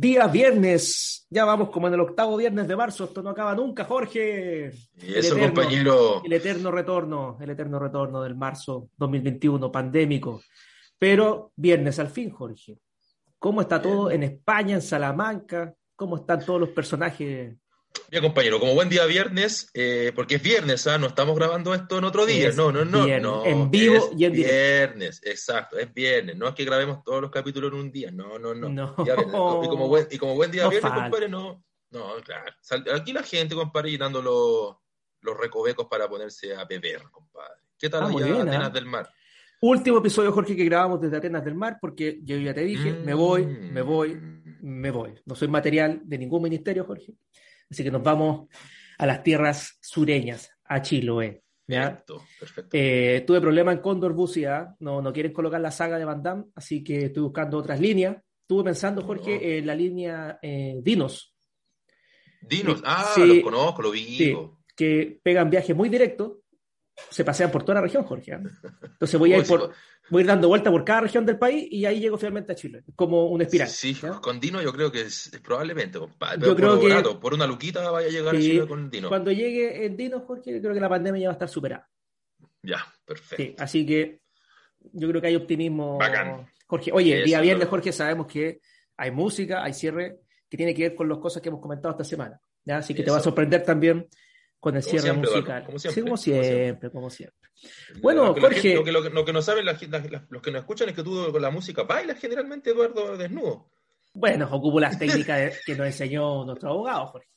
Día viernes, ya vamos como en el octavo viernes de marzo, esto no acaba nunca, Jorge. Y eso, compañero. El eterno retorno del marzo 2021, pandémico. Pero viernes al fin, Jorge. ¿Cómo está todo en Bien, España, en Salamanca? ¿Cómo están todos los personajes? bien, compañero. Como buen día viernes, porque es viernes, ¿ah? No estamos grabando esto en otro día. Es No, no, no, viernes, en no. vivo Es y en directo. viernes, exacto. Es viernes. No es que grabemos todos los capítulos en un día. No, no, no. No, Día viernes. Y como buen día no viernes, falta. compadre, no. No, claro. Aquí la gente, compadre, llenando los recovecos para ponerse a beber, compadre. ¿Qué tal Ah, muy allá, bien, Atenas ¿ah? del Mar? Último episodio, Jorge, que grabamos desde Atenas del Mar, porque yo ya te dije, me voy, me voy, Mm, me voy. No soy material de ningún ministerio, Jorge. Así que nos vamos a las tierras sureñas, a Chiloé. ¿Ya? perfecto, perfecto, perfecto. Tuve problemas en Cóndor Bus, ¿ya? No quieren colocar la saga de Van Damme, así que estoy buscando otras líneas. Estuve pensando, No. Jorge, en la línea Dinos, Dinos, los sí, conozco, lo sí, vivo. que pegan viajes muy directos, se pasean por toda la región, Jorge. ¿Ah? Entonces Uy, sí, voy a ir dando vuelta por cada región del país y ahí llego finalmente a Chile, como una espiral. sí, ¿Ya? con Dino yo creo que es probablemente, compadre, Yo pero por creo lo que barato, por una luquita vaya a llegar a sí, Chile con Dino. cuando llegue el Dino, Jorge, yo creo que la pandemia ya va a estar superada. Ya, Sí, perfecto. así que yo creo que hay Bacán. optimismo, Jorge. Oye, día Eso es viernes, lo... Jorge, sabemos que hay música, hay cierre que tiene que ver con las cosas que hemos comentado esta semana. ¿Ya? Así que te va a Eso. sorprender también con el Como cierre siempre, Eduardo, musical. como Sí, como siempre, como siempre. siempre, como siempre. Bueno, La gente, Jorge, lo que no saben los que nos escuchan es que tú con la música bailas generalmente, Eduardo, desnudo. bueno, ocupo las técnicas que nos enseñó nuestro abogado, Jorge.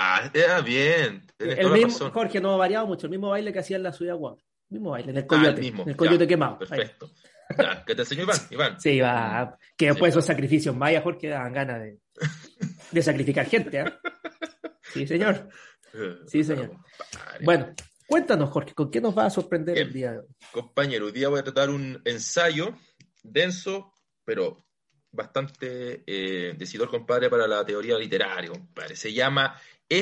Bien, tienes El toda la mismo, razón. Jorge no ha variado mucho, el mismo baile que hacía en la ciudad guapa. El mismo baile, El en mismo, el ya, coyote quemado. Ahí. perfecto. Ya, ¿qué te enseñó Iván? Iván. Sí, va. Que Sí, después esos pues. sacrificios mayas, Jorge, daban ganas de sacrificar gente, ¿ah? Sí, señor. Sí, Pero, señor. compadre. Bueno, cuéntanos, Jorge, ¿con qué nos va a sorprender el Bien, día de hoy? compañero, hoy día voy a tratar un ensayo denso, pero bastante decidor, compadre, para la teoría literaria, compadre. Se llama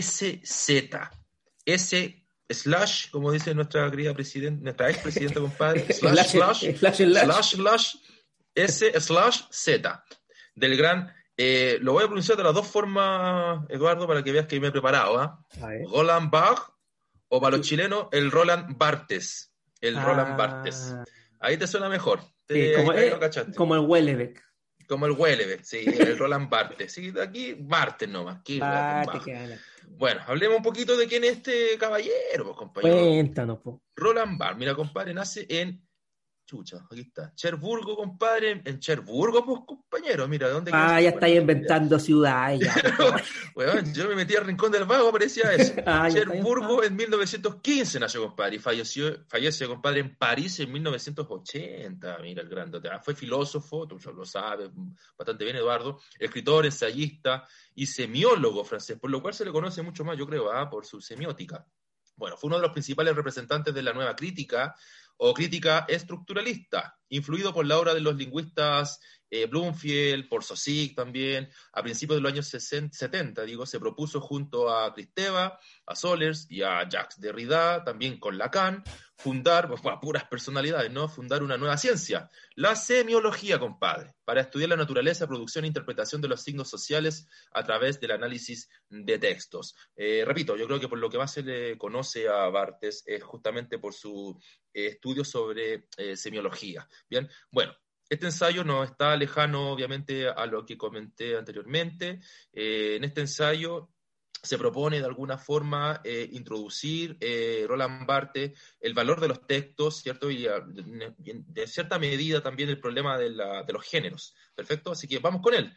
SZ. S slash, como dice nuestra querida presidenta, nuestra expresidenta, compadre, slash, slash, Slash. slash, slash, S slash Z. Del gran, lo voy a pronunciar de las dos formas, Eduardo, para que veas que me he preparado, ¿ah? A ver. Roland Barthes, o para los chilenos, el Roland Barthes. El Roland Barthes. Ah, Ahí te suena mejor. sí, Ahí lo cachaste. como el Wellebeck. Como el Wellebec, sí, el Roland Barthes. Sí, de aquí Barthes nomás, aquí con Va, te bajo. queda la- Bueno, hablemos un poquito de quién es este caballero, pues, compañero. Cuéntanos, po. Roland Barthes, mira, compadre, nace en Chucha, aquí está. Cherburgo, compadre. En Cherburgo, pues, compañero. Mira, ¿de dónde queda Ah, ese ya lugar? estáis No tengo idea. inventando ciudades, ya, por favor. Weón, yo me metí al Rincón del Vago, parecía eso. Ah, ya está bien. Cherburgo en 1915 nació, compadre, y fallece, compadre, en París en 1980. Mira el grandote. Fue filósofo, tú ya lo sabes bastante bien, Eduardo, escritor, ensayista y semiólogo francés, por lo cual se le conoce mucho más, yo creo, por su semiótica. Bueno, fue uno de los principales representantes de la nueva crítica o crítica estructuralista, influido por la obra de los lingüistas Bloomfield, por Saussure también. A principios de los años 70, digo, se propuso junto a Kristeva, a Solers y a Jacques Derrida, también con Lacan, fundar, pues, puras personalidades, ¿no? Fundar una nueva ciencia, la semiología, compadre, para estudiar la naturaleza, producción e interpretación de los signos sociales a través del análisis de textos. Repito, yo creo que por lo que más se le conoce a Barthes es justamente por su estudio sobre semiología. Bien, bueno, este ensayo no está lejano, obviamente, a lo que comenté anteriormente. En este ensayo se propone de alguna forma introducir Roland Barthes el valor de los textos, ¿cierto? Y de cierta medida también el problema de los géneros. ¿Perfecto? Así que vamos con él.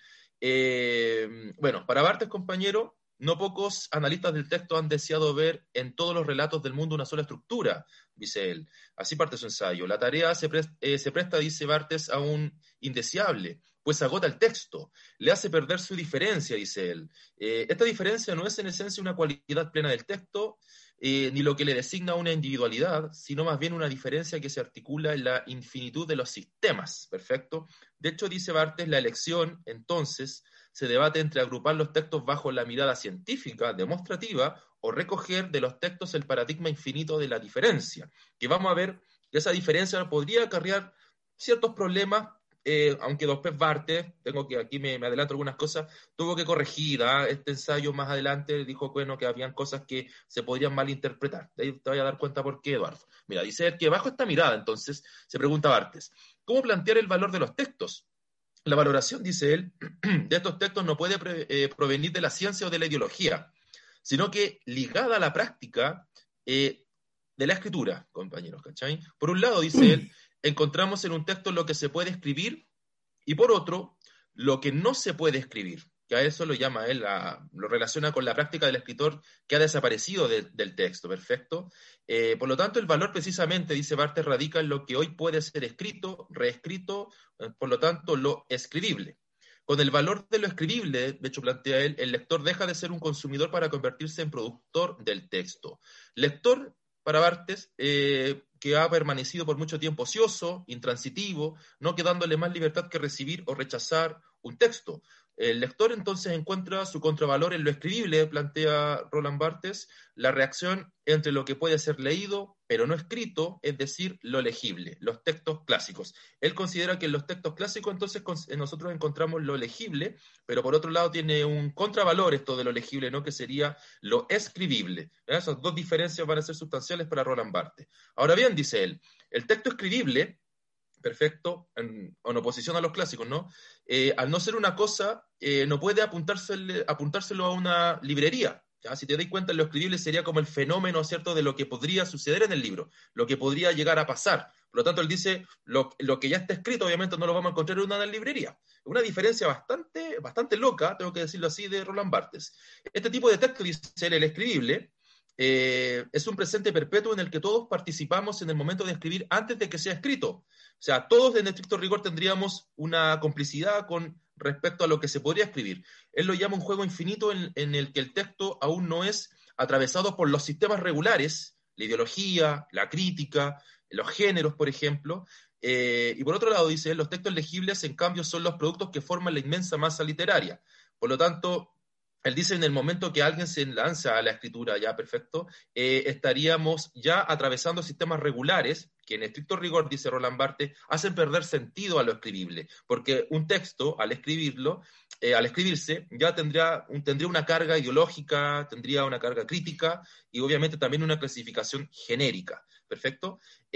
Bueno, para Barthes, compañero, no pocos analistas del texto han deseado ver en todos los relatos del mundo una sola estructura, dice él. Así parte su ensayo. La tarea se presta, dice Barthes, a un indeseable, pues agota el texto, le hace perder su diferencia, dice él. Esta diferencia no es en esencia una cualidad plena del texto, ni lo que le designa una individualidad, sino más bien una diferencia que se articula en la infinitud de los sistemas. ¿Perfecto? De hecho, dice Barthes, la elección, entonces, se debate entre agrupar los textos bajo la mirada científica, demostrativa, o recoger de los textos el paradigma infinito de la diferencia, que vamos a ver que esa diferencia podría acarrear ciertos problemas aunque después Barthes, tengo que aquí me adelanto algunas cosas, tuvo que corregir este ensayo más adelante, dijo bueno, que habían cosas que se podrían malinterpretar. De ahí te voy a dar cuenta por qué, Eduardo. Mira, dice él que bajo esta mirada, entonces, se pregunta Barthes, ¿cómo plantear el valor de los textos? La valoración, dice él, de estos textos no puede provenir de la ciencia o de la ideología, sino que ligada a la práctica de la escritura, compañeros, ¿cachai? Por un lado, dice él, encontramos en un texto lo que se puede escribir y por otro, lo que no se puede escribir, que a eso lo llama él, lo relaciona con la práctica del escritor que ha desaparecido del texto, ¿perfecto? Por lo tanto, el valor precisamente, dice Barthes, radica en lo que hoy puede ser escrito, reescrito, por lo tanto, lo escribible. Con el valor de lo escribible, de hecho plantea él, el lector deja de ser un consumidor para convertirse en productor del texto. Lector, para Barthes, que ha permanecido por mucho tiempo ocioso, intransitivo, no quedándole más libertad que recibir o rechazar un texto. El lector entonces encuentra su contravalor en lo escribible, plantea Roland Barthes, la reacción entre lo que puede ser leído, pero no escrito, es decir, lo legible, los textos clásicos. Él considera que en los textos clásicos entonces nosotros encontramos lo legible, pero por otro lado tiene un contravalor esto de lo legible, ¿no? Que sería lo escribible. Esas dos diferencias van a ser sustanciales para Roland Barthes. Ahora bien, dice él, el texto escribible, perfecto, en oposición a los clásicos, ¿no? Al no ser una cosa, no puede apuntárselo a una librería. ¿Ya? Si te das cuenta, lo escribible sería como el fenómeno, ¿cierto?, de lo que podría suceder en el libro, lo que podría llegar a pasar. Por lo tanto, él dice, lo que ya está escrito, obviamente no lo vamos a encontrar en una librería. Una diferencia bastante loca, tengo que decirlo así, de Roland Barthes. Este tipo de texto, dice él, el escribible, es un presente perpetuo en el que todos participamos en el momento de escribir antes de que sea escrito. O sea, todos en estricto rigor tendríamos una complicidad con respecto a lo que se podría escribir. Él lo llama un juego infinito en el que el texto aún no es atravesado por los sistemas regulares, la ideología, la crítica, los géneros, por ejemplo. Y por otro lado, dice él, los textos legibles, en cambio, son los productos que forman la inmensa masa literaria. Por lo tanto, él dice en el momento que alguien se lanza a la escritura, ya perfecto, estaríamos ya atravesando sistemas regulares que en estricto rigor, dice Roland Barthes, hacen perder sentido a lo escribible, porque un texto, al escribirse, ya tendría una carga ideológica, tendría una carga crítica y obviamente también una clasificación genérica, ¿perfecto?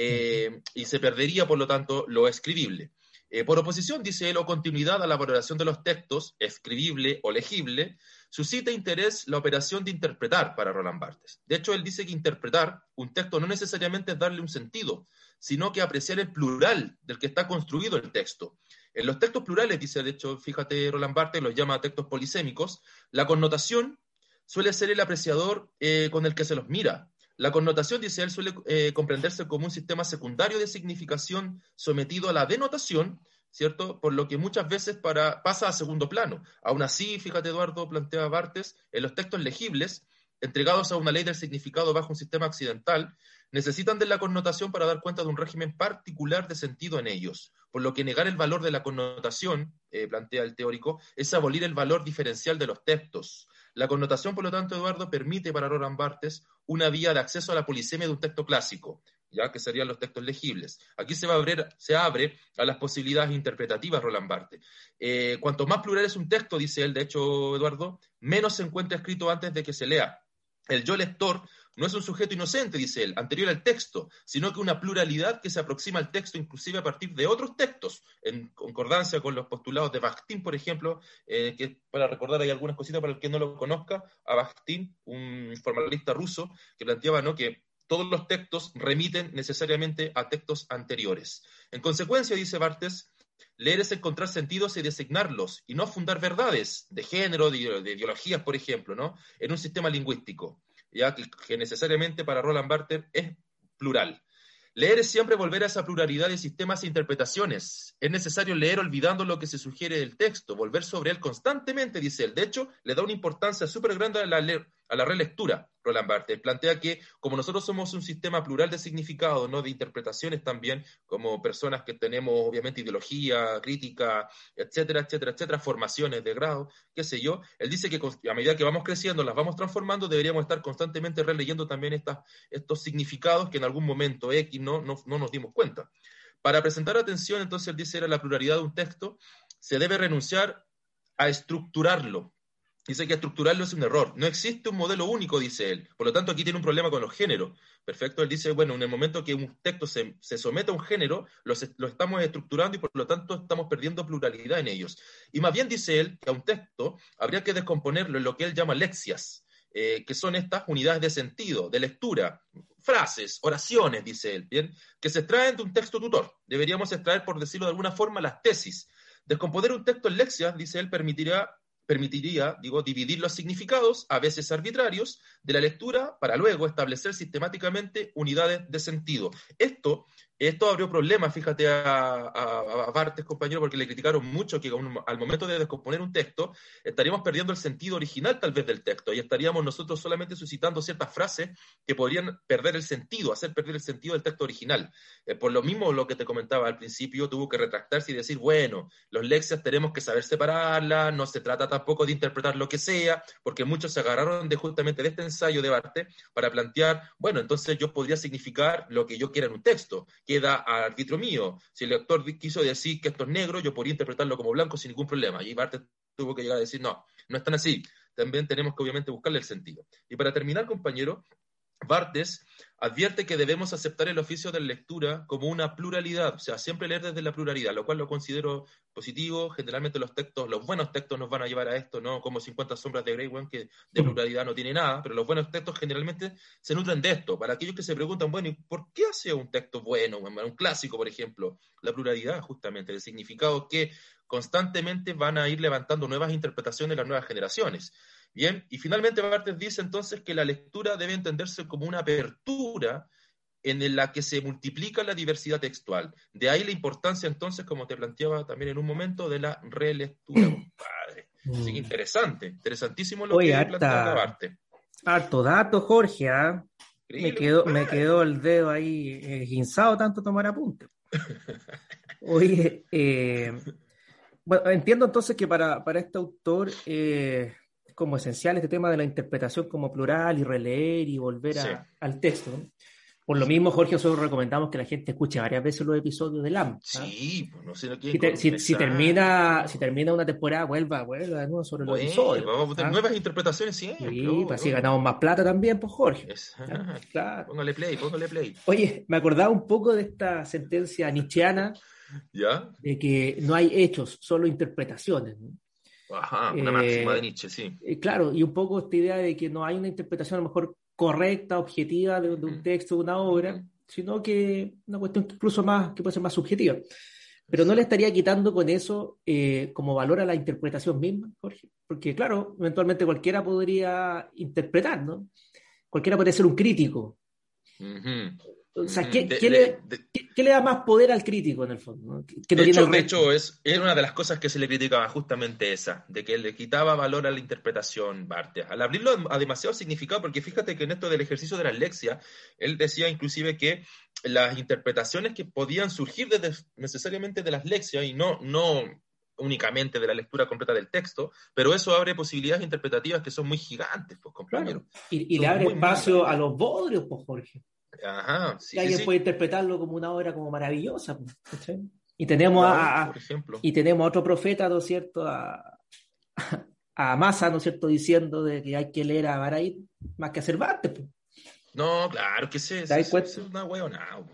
Y se perdería, por lo tanto, lo escribible. Por oposición, dice él, o continuidad a la valoración de los textos, escribible o legible, suscita interés la operación de interpretar para Roland Barthes. De hecho, él dice que interpretar un texto no necesariamente es darle un sentido, sino que apreciar el plural del que está construido el texto. En los textos plurales, dice, de hecho, fíjate, Roland Barthes los llama textos polisémicos, la connotación suele ser el apreciador con el que se los mira. La connotación, dice él, suele comprenderse como un sistema secundario de significación sometido a la denotación, ¿cierto? Por lo que muchas veces pasa a segundo plano. Aún así, fíjate, Eduardo, plantea Barthes, en los textos legibles, entregados a una ley del significado bajo un sistema accidental, necesitan de la connotación para dar cuenta de un régimen particular de sentido en ellos, por lo que negar el valor de la connotación, plantea el teórico, es abolir el valor diferencial de los textos. La connotación, por lo tanto, Eduardo, permite para Roland Barthes una vía de acceso a la polisemia de un texto clásico, ya que serían los textos legibles. Aquí se abre a las posibilidades interpretativas Roland Barthes. Cuanto más plural es un texto, dice él, de hecho, Eduardo, menos se encuentra escrito antes de que se lea. El yo lector no es un sujeto inocente, dice él, anterior al texto, sino que una pluralidad que se aproxima al texto inclusive a partir de otros textos, en concordancia con los postulados de Bakhtin, por ejemplo, que para recordar hay algunas cositas para el que no lo conozca, a Bakhtin, un formalista ruso, que planteaba, ¿no?, que todos los textos remiten necesariamente a textos anteriores. En consecuencia, dice Barthes, leer es encontrar sentidos y designarlos, y no fundar verdades de género, de ideologías, por ejemplo, ¿no?, en un sistema lingüístico, ya que necesariamente para Roland Barthes es plural. Leer es siempre volver a esa pluralidad de sistemas e interpretaciones. Es necesario leer olvidando lo que se sugiere del texto, volver sobre él constantemente, dice él. De hecho, le da una importancia súper grande a la relectura, Roland Barthes. Plantea que como nosotros somos un sistema plural de significado, ¿no?, de interpretaciones también, como personas que tenemos obviamente ideología, crítica, etcétera, etcétera, etcétera, formaciones de grado, qué sé yo, él dice que a medida que vamos creciendo, las vamos transformando, deberíamos estar constantemente releyendo también estos significados que en algún momento X no nos dimos cuenta. Para presentar atención, entonces él dice, era la pluralidad de un texto, se debe renunciar a estructurarlo. Dice que estructurarlo es un error. No existe un modelo único, dice él. Por lo tanto, aquí tiene un problema con los géneros. Perfecto. Él dice, bueno, en el momento que un texto se somete a un género, lo estamos estructurando y por lo tanto estamos perdiendo pluralidad en ellos. Y más bien dice él que a un texto habría que descomponerlo en lo que él llama lexias, que son estas unidades de sentido, de lectura, frases, oraciones, dice él, ¿bien? Que se extraen de un texto tutor. Deberíamos extraer, por decirlo de alguna forma, las tesis. Descomponer un texto en lexias, dice él, permitiría, dividir los significados, a veces arbitrarios, de la lectura para luego establecer sistemáticamente unidades de sentido. Esto abrió problemas, fíjate, a Barthes, compañero, porque le criticaron mucho que al momento de descomponer un texto estaríamos perdiendo el sentido original tal vez del texto y estaríamos nosotros solamente suscitando ciertas frases que podrían perder el sentido, hacer perder el sentido del texto original. Por lo mismo, lo que te comentaba al principio, tuvo que retractarse y decir, bueno, los lexias tenemos que saber separarlas, no se trata tampoco de interpretar lo que sea, porque muchos se agarraron justamente de este ensayo de Barthes para plantear, bueno, entonces yo podría significar lo que yo quiera en un texto, queda a arbitrio mío. Si el lector quiso decir que esto es negro, yo podría interpretarlo como blanco sin ningún problema. Y Barthes tuvo que llegar a decir, no, no es tan así. También tenemos que obviamente buscarle el sentido. Y para terminar, compañero, Barthes advierte que debemos aceptar el oficio de la lectura como una pluralidad, o sea, siempre leer desde la pluralidad, lo cual lo considero positivo. Generalmente los buenos textos nos van a llevar a esto, ¿no? Como 50 sombras de Grey, que de pluralidad no tiene nada, pero los buenos textos generalmente se nutren de esto. Para aquellos que se preguntan, bueno, ¿y por qué hace un texto bueno, un clásico, por ejemplo? La pluralidad, justamente, el significado que constantemente van a ir levantando nuevas interpretaciones las nuevas generaciones. Bien, y finalmente Barthes dice entonces que la lectura debe entenderse como una apertura en la que se multiplica la diversidad textual. De ahí la importancia entonces, como te planteaba también en un momento, de la relectura, compadre. Así que interesantísimo lo que plantea Barthes. Harto dato, Jorge, ¿eh? Me quedó el dedo ahí guinzado tanto tomar apunte. Oye, bueno, entiendo entonces que para este autor como esencial este tema de la interpretación como plural y releer y volver al texto, ¿no? Por lo mismo, Jorge, nosotros recomendamos que la gente escuche varias veces los episodios de LAM. Sí, pues no sé lo que si termina una temporada, vuelva de nuevo sobre los episodios. Vamos a tener nuevas interpretaciones siempre. Sí, pues así ganamos más plata también, pues Jorge. Claro. Póngale play. Oye, me acordaba un poco de esta sentencia nietzscheana, ¿ya? De que no hay hechos, solo interpretaciones, ¿no? Ajá, una máxima de Nietzsche, sí. Claro, y un poco esta idea de que no hay una interpretación a lo mejor correcta, objetiva de un texto, de una obra, sino que una cuestión incluso más, que puede ser más subjetiva. Pero no le estaría quitando con eso como valor a la interpretación misma, Jorge, porque claro, eventualmente cualquiera podría interpretar, ¿no? Cualquiera podría ser un crítico. O sea, ¿qué le da más poder al crítico en el fondo, ¿no? De hecho, es una de las cosas que se le criticaba, justamente esa, de que le quitaba valor a la interpretación Barthes, al abrirlo a demasiado significado, porque fíjate que en esto del ejercicio de la lexia, él decía inclusive que las interpretaciones que podían surgir necesariamente de las lexias y no únicamente de la lectura completa del texto, pero eso abre posibilidades interpretativas que son muy gigantes, pues, compañero. Claro. Y le abre espacio a los bodrios, pues, Jorge. Ajá, sí, y alguien puede interpretarlo como una obra como maravillosa, ¿sí? Y tenemos por ejemplo. Y tenemos a otro profeta, ¿no es cierto? A Massa, ¿no es cierto? Diciendo de que hay que leer a Baraid más que a Cervantes, pues. No, claro que sí, es una hueonada.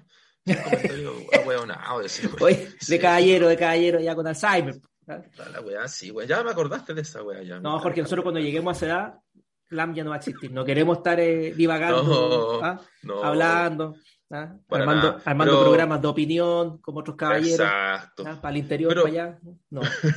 Oye, de caballero ya con Alzheimer. La wea, sí, wea. Ya me acordaste de esa wea. No, Jorge, nosotros cuando lleguemos a esa edad, LAM ya no va a existir. No queremos estar divagando, hablando, armando programas de opinión como otros caballeros. Exacto. Para el interior, para allá. No.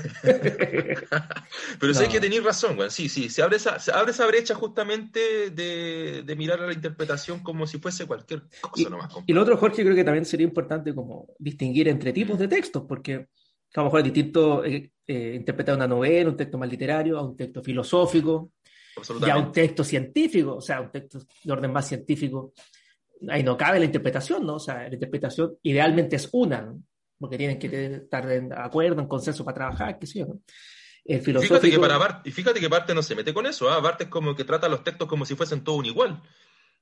Pero sí que tenéis razón, güey. Sí, se abre esa brecha justamente de mirar a la interpretación como si fuese cualquier cosa nomás. Y lo otro, Jorge, creo que también sería importante como distinguir entre tipos de textos, porque a lo mejor es distinto interpretar una novela, un texto más literario, a un texto filosófico, y a un texto científico, o sea, un texto de orden más científico. Ahí no cabe la interpretación, ¿no? O sea, la interpretación idealmente es una, ¿no? Porque tienen que estar de acuerdo, en consenso para trabajar, qué sé yo, ¿no? El filosófico... Fíjate que Barthes no se mete con eso, ¿eh? Barthes como que trata los textos como si fuesen todo un igual.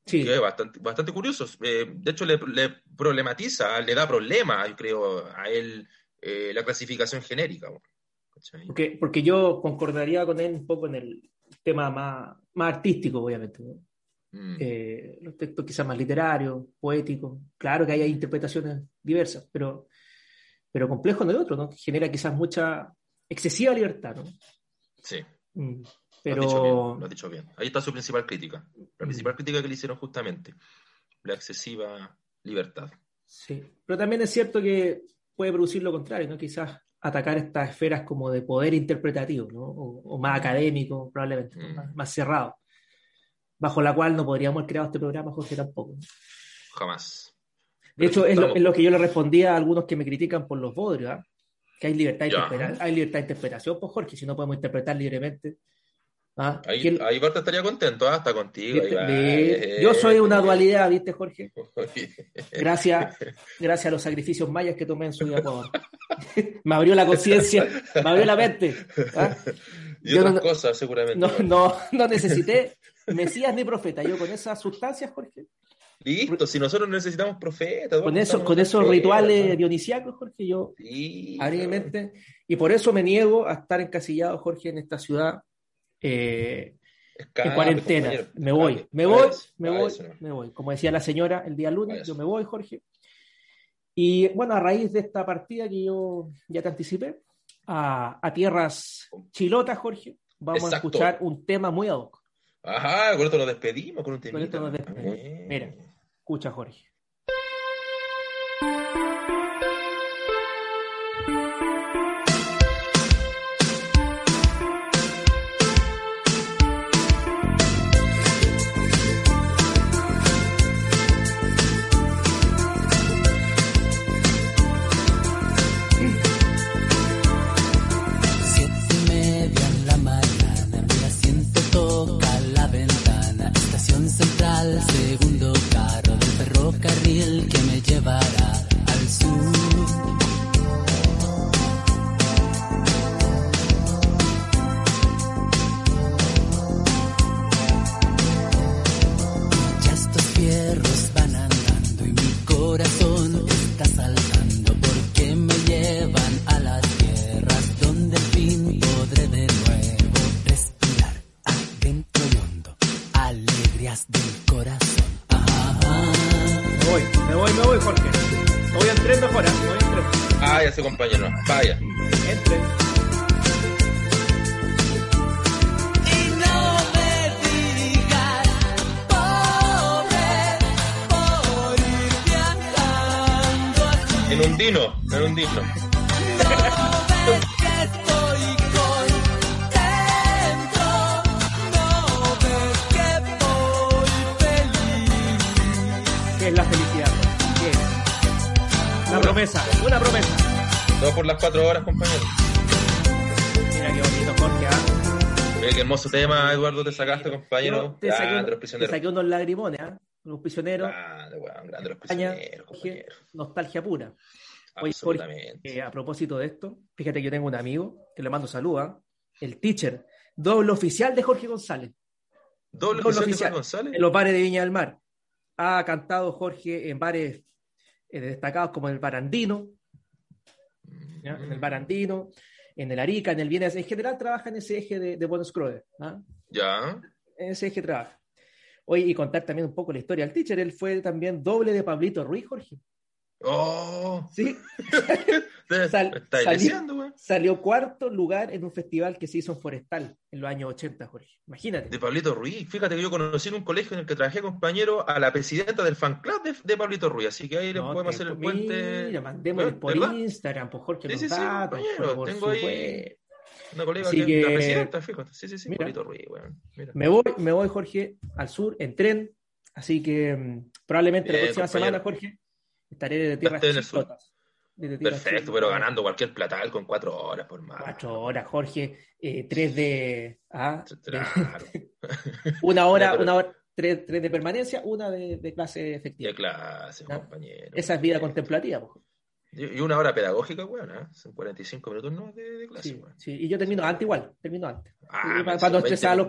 Sí. Que es bastante curioso. De hecho, le problematiza, le da problemas, yo creo, a él la clasificación genérica. ¿Cachai? Porque yo concordaría con él un poco en el tema más artístico, obviamente, ¿no? Los textos quizás más literarios, poéticos. Claro que hay interpretaciones diversas, pero complejo no hay otro, ¿no? Genera quizás mucha excesiva libertad, ¿no? Sí. Mm, Lo has dicho bien, lo Pero has dicho bien. Ahí está su principal crítica. La principal crítica que le hicieron justamente, la excesiva libertad. sí. Pero también es cierto que puede producir lo contrario, ¿no? Quizás atacar estas esferas como de poder interpretativo, ¿no? O más académico, probablemente, ¿no? Más cerrado, bajo la cual no podríamos haber creado este programa, Jorge, tampoco, ¿no? Jamás. De Pero aquí hecho, estamos. es lo que yo le respondía a algunos que me critican por los bodrios, ¿ah? Que hay libertad de Ya. hay libertad de interpretación, pues Jorge, si no podemos interpretar libremente. ¿Ah? Ahí Bart estaría contento, hasta contigo. Ahí va. Yo soy una dualidad, ¿viste, Jorge? Oye. Gracias a los sacrificios mayas que tomé en su día Ecuador. Me abrió la conciencia, me abrió la mente. ¿Ah? Y otras cosas, seguramente. No necesité Mesías ni profeta. Yo con esas sustancias, Jorge. Listo, si nosotros necesitamos profetas. Con esos rituales dionisíacos, Jorge, yo sí, abrí mi mente. Y por eso me niego a estar encasillado, Jorge, en esta ciudad en cuarentena. Compañero, Me voy. Como decía la señora el día lunes, yo me voy, Jorge. Y bueno, a raíz de esta partida que yo ya te anticipé, a tierras chilotas, Jorge, vamos a escuchar un tema muy ad hoc. Ajá, con esto nos despedimos con un temita. Con esto nos despedimos. Mira, escucha, Jorge. Segundo carro del ferrocarril que me llevará al sur. Ya estos fierros van andando y mi corazón está saltando porque me llevan a las tierras donde al fin podré de nuevo respirar adentro y hondo alegrías del corazón. Me voy, Jorge. Me voy en tren mejor, me voy en tren. Váyase, compañero, vaya. En tren. Y no me digas, pobre, por ir viajando así. En un dino. No ves que estoy contento, no ves que voy feliz. ¿Qué es la felicidad? ¿Qué es? Una promesa. Todo por las 4 horas, compañero. Mira qué bonito, Jorge. Mira qué hermoso tema, Eduardo, te sacaste, compañero. Te Grande saqué unos lagrimones, los prisioneros. Grande los prisioneros, compañero. Nostalgia pura. Oye, Absolutamente. Jorge, a propósito de esto, fíjate que yo tengo un amigo que le mando salud, el teacher, doble oficial de Jorge González. ¿Doble oficial de Jorge González? En los bares de Viña del Mar. Ha cantado Jorge en bares destacados como en el Barandino, ¿ya? En el Barandino, en el Arica, en el Vienes. En general trabaja en ese eje de Buenos Aires. ¿Ah? Ya. En ese eje trabaja. Oye, y contar también un poco la historia del teacher. Él fue también doble de Pablito Ruiz, Jorge. ¡Oh! ¿Sí? Está deseando, güey. Salió cuarto lugar en un festival que se hizo en Forestal en los años 80, Jorge. Imagínate. De Pablito Ruiz. Fíjate que yo conocí en un colegio en el que trabajé, compañero, a la presidenta del fan club de Pablito Ruiz. Así que ahí le podemos hacer el puente. Mira, mandémosle por Instagram, por Jorge. Sí, datos, compañero. por tengo ahí una colega que la presidenta, fíjate. Sí, mira, Pablito Ruiz, güey. Me voy, Jorge, al sur en tren. Así que probablemente la próxima semana, Jorge, estaré de tierras chilotas. Perfecto, pero ganando cualquier platal con 4 horas por más. 4 horas, Jorge. 3 de... Claro. Una hora, 3 de permanencia, una de clase efectiva. De clase, compañero. Esa es vida contemplativa, pues. Y 1 hora pedagógica, weón, ¿eh? Son 45 minutos, ¿no? De clase, sí, weón. Sí, y yo termino antes igual, termino antes. Para no estresar a los cabros.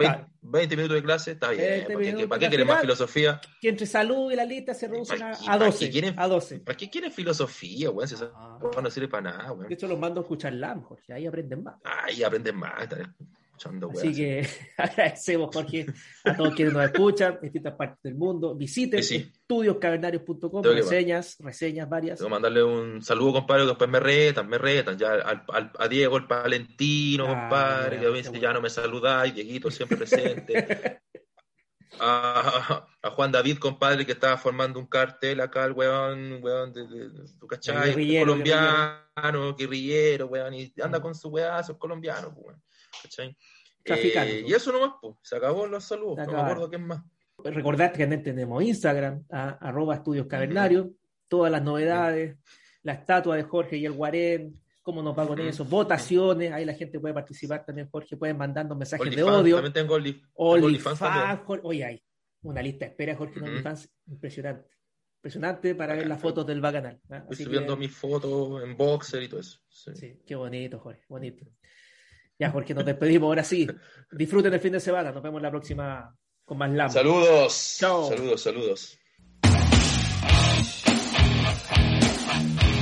20 minutos de clase, está bien. ¿Para qué quieren más filosofía? Que entre salud y la lista se reducen a 12. A 12. ¿Para qué quieren filosofía, weón? Si eso no sirve para nada, weón. De hecho, los mando a escuchar LAM, Jorge. Ahí aprenden más. Ahí aprenden más. Están escuchando, weón. Así que agradecemos, Jorge, a todos quienes nos escuchan en distintas partes del mundo. Visiten estudioscavernarios.com, reseñas varias. Tengo que mandarle un saludo, compadre, que después me retan. Ya a Diego, el Palentino, compadre, que a veces ya no me saludáis, Dieguito siempre presente. A Juan David, compadre, que estaba formando un cartel acá, el weón ¿tú cachai? Colombiano, guerrillero, weón, y anda con su weazo, colombiano, weón, ¿cachai? Y eso nomás, pues, se acabó los saludos, no me acuerdo quién más. Recordad que también tenemos Instagram, @estudioscavernarios, todas las novedades, la estatua de Jorge y el Guarén, cómo nos va con eso, votaciones, ahí la gente puede participar también, Jorge, pueden mandando mensajes de odio. También tengo OnlyFans. Oye, hay una lista de espera, Jorge, en OnlyFans, impresionante para ver las fotos del bacanal. Estoy subiendo mis fotos en boxer y todo eso. Sí, qué bonito, Jorge, bonito. Ya, Jorge, nos despedimos, ahora sí. Disfruten el fin de semana, nos vemos la próxima con más LAM. Saludos. Chao. Saludos.